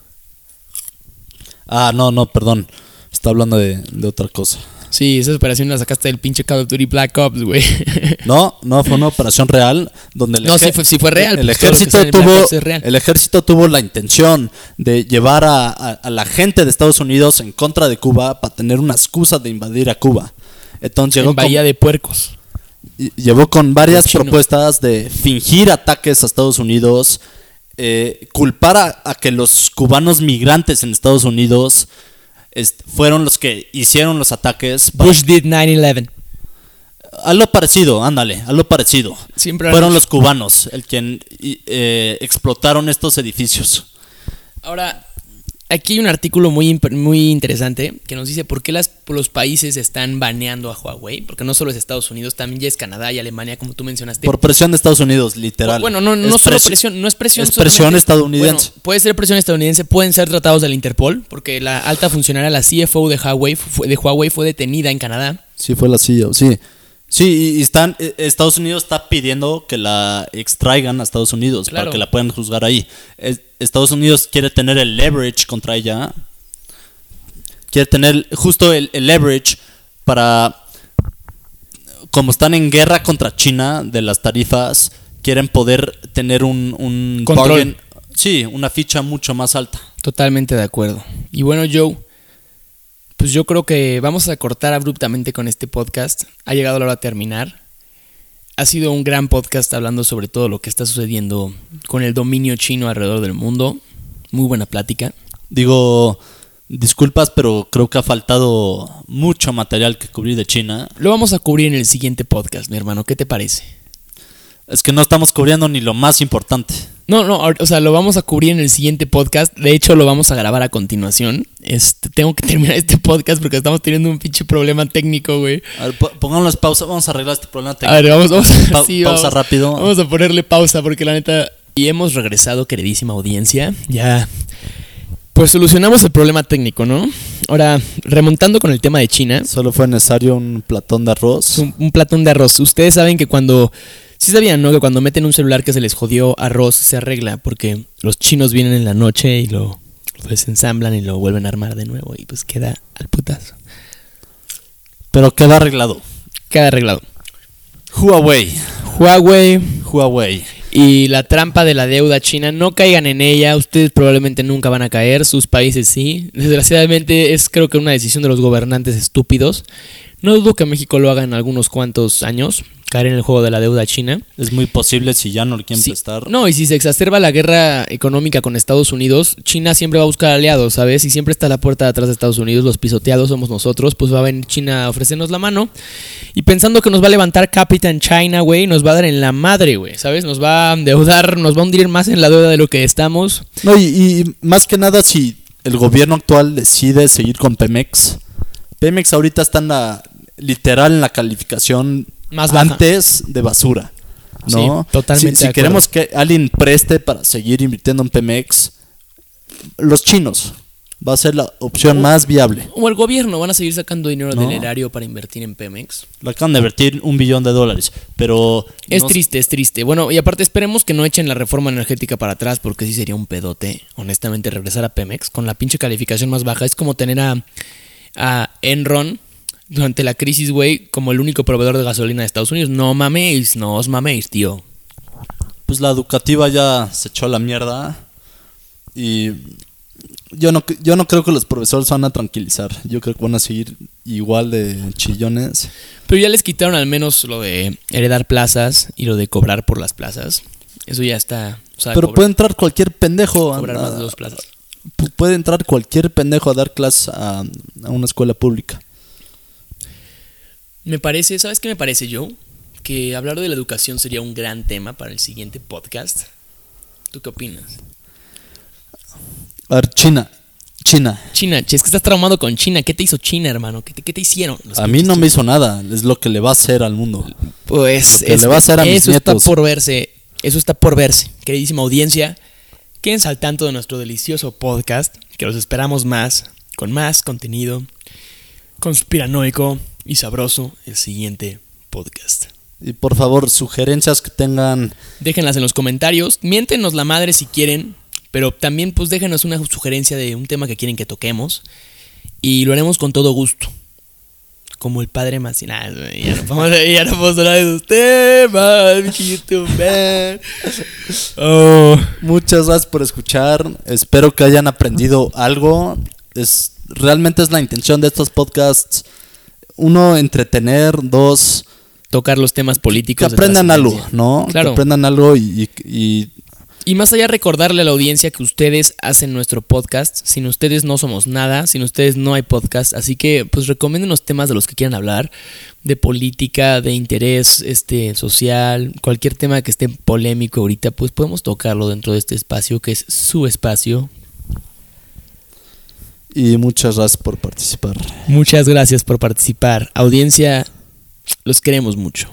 Ah, no, no, perdón. Está hablando de, de otra cosa. Sí, esa operación la sacaste del pinche Call of Duty Black Ops, güey. No, no, fue una operación real donde el No, sí fue, sí fue real. El, el pues ejército tuvo el ejército tuvo la intención de llevar a, a, a la gente de Estados Unidos en contra de Cuba para tener una excusa de invadir a Cuba. Entonces llegó en Bahía con, de Puercos. Llevó con varias propuestas de fingir ataques a Estados Unidos, eh, culpar a, a que los cubanos migrantes en Estados Unidos fueron los que hicieron los ataques. Bush did nine eleven. A lo parecido, ándale, a lo parecido. Siempre fueron los cubanos el quien eh, explotaron estos edificios. Ahora, aquí hay un artículo muy, muy interesante que nos dice por qué las, los países están baneando a Huawei. Porque no solo es Estados Unidos, también ya es Canadá y Alemania, como tú mencionaste. Por presión de Estados Unidos, literal. Bueno, no, no solo presión, no es presión. Es presión estadounidense. Bueno, puede ser presión estadounidense, pueden ser tratados del Interpol, porque la alta funcionaria, la C F O de Huawei, fue, de Huawei fue detenida en Canadá. Sí, fue la C E O, sí. Sí, y están, Estados Unidos está pidiendo que la extraigan a Estados Unidos Claro. para que la puedan juzgar ahí. Es- Estados Unidos quiere tener el leverage contra ella. Quiere tener justo el, el leverage para... Como están en guerra contra China de las tarifas, quieren poder tener un, un Control. bargain- sí, una ficha mucho más alta. Totalmente de acuerdo. Y bueno, Joe, pues yo creo que vamos a cortar abruptamente con este podcast. Ha llegado la hora de terminar. Ha sido un gran podcast hablando sobre todo lo que está sucediendo con el dominio chino alrededor del mundo. Muy buena plática. Digo, disculpas, pero creo que ha faltado mucho material que cubrir de China. Lo vamos a cubrir en el siguiente podcast, mi hermano. ¿Qué te parece? Es que no estamos cubriendo ni lo más importante. No, no, ahor- o sea, lo vamos a cubrir en el siguiente podcast. De hecho, lo vamos a grabar a continuación. Este, tengo que terminar este podcast porque estamos teniendo un pinche problema técnico, güey. A ver, po- pongámosles pausa, vamos a arreglar este problema A técnico. ver, vamos, vamos, Pa- sí, pausa vamos. rápido. Vamos a ponerle pausa porque la neta... Y hemos regresado, queridísima audiencia. Ya, pues solucionamos el problema técnico, ¿no? Ahora, remontando con el tema de China, Solo fue necesario un platón de arroz. un, un platón de arroz. Ustedes saben que cuando... Sí sabían, ¿no? Que cuando meten un celular que se les jodió arroz, se arregla. Porque los chinos vienen en la noche y lo desensamblan y lo vuelven a armar de nuevo. Y pues queda al putazo. Pero queda arreglado. Queda arreglado. Huawei. Huawei Huawei. y la trampa de la deuda china, no caigan en ella. Ustedes probablemente nunca van a caer, sus países sí. Desgraciadamente es creo que una decisión de los gobernantes estúpidos. No dudo que México lo haga en algunos cuantos años, caer en el juego de la deuda china. Es muy posible si ya no le quieren Sí. prestar. No, y si se exacerba la guerra económica con Estados Unidos, China siempre va a buscar aliados, ¿sabes? Y siempre está la puerta de atrás de Estados Unidos, los pisoteados somos nosotros, pues va a venir China a ofrecernos la mano. Y pensando que nos va a levantar Capitán China, güey, nos va a dar en la madre, güey, ¿sabes? Nos va a endeudar, nos va a hundir más en la deuda de lo que estamos. No, y, y más que nada, si el gobierno actual decide seguir con Pemex, Pemex ahorita está en la, literal en la calificación Más baja. antes de basura, ¿no? Sí, totalmente Si, si de acuerdo. queremos que alguien preste para seguir invirtiendo en Pemex, los chinos va a ser la opción más viable. O el gobierno, van a seguir sacando dinero No. del erario para invertir en Pemex. Le acaban de invertir un billón de dólares, pero Es no- triste, es triste. Bueno, y aparte esperemos que no echen la reforma energética para atrás porque sí sería un pedote, honestamente, regresar a Pemex con la pinche calificación más baja. Es como tener a, a Enron durante la crisis, güey, como el único proveedor de gasolina de Estados Unidos. No maméis, no os maméis, tío. pues la educativa ya se echó a la mierda y yo no yo no creo que los profesores van a tranquilizar. Yo creo que van a seguir igual de chillones. Pero ya les quitaron al menos lo de heredar plazas y lo de cobrar por las plazas. Eso ya está. O sea, Pero cobrar- puede entrar cualquier pendejo a, cobrar más de a- dos plazas. pu- puede entrar cualquier pendejo a dar clases a, a una escuela pública. Me parece, ¿sabes qué me parece, Joe? Que hablar de la educación sería un gran tema para el siguiente podcast. ¿Tú qué opinas? A ver, China, China. China, che, es que estás traumado con China. ¿Qué te hizo China, hermano? ¿Qué te, qué te hicieron? Los A mí no pinches me hizo nada, es lo que le va a hacer al mundo. Pues Lo que es- le va a hacer a mis eso nietos. está por verse. Eso está por verse. Queridísima audiencia, quédense al tanto de nuestro delicioso podcast, que los esperamos más, con más contenido conspiranoico y sabroso el siguiente podcast. Y por favor, sugerencias que tengan. Déjenlas en los comentarios, miéntenos la madre si quieren, pero también pues déjenos una sugerencia de un tema que quieren que toquemos y lo haremos con todo gusto. Como el padre más... Nah, ya no podemos, ya no podemos hablar de esos temas, mi YouTube, man. Oh. Muchas gracias por escuchar. Espero que hayan aprendido algo. Es realmente es la intención de estos podcasts. Uno, entretener. Dos, Tocar los temas que políticos. de aprendan algo, trascendencia. ¿no? Claro. Que aprendan algo y, y- y Y más allá recordarle a la audiencia que ustedes hacen nuestro podcast. Sin ustedes no somos nada, sin ustedes no hay podcast. Así que pues recomienden los temas de los que quieran hablar, de política, de interés este social, cualquier tema que esté polémico ahorita, pues podemos tocarlo dentro de este espacio que es su espacio. y muchas gracias por participar. Muchas gracias por participar. Audiencia, los queremos mucho.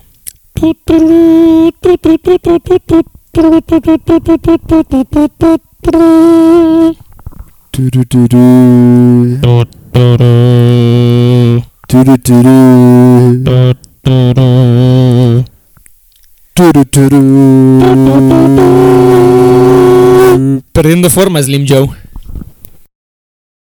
Tururú. Tururú. Turu, turu. Perdiendo forma, Slim Joe.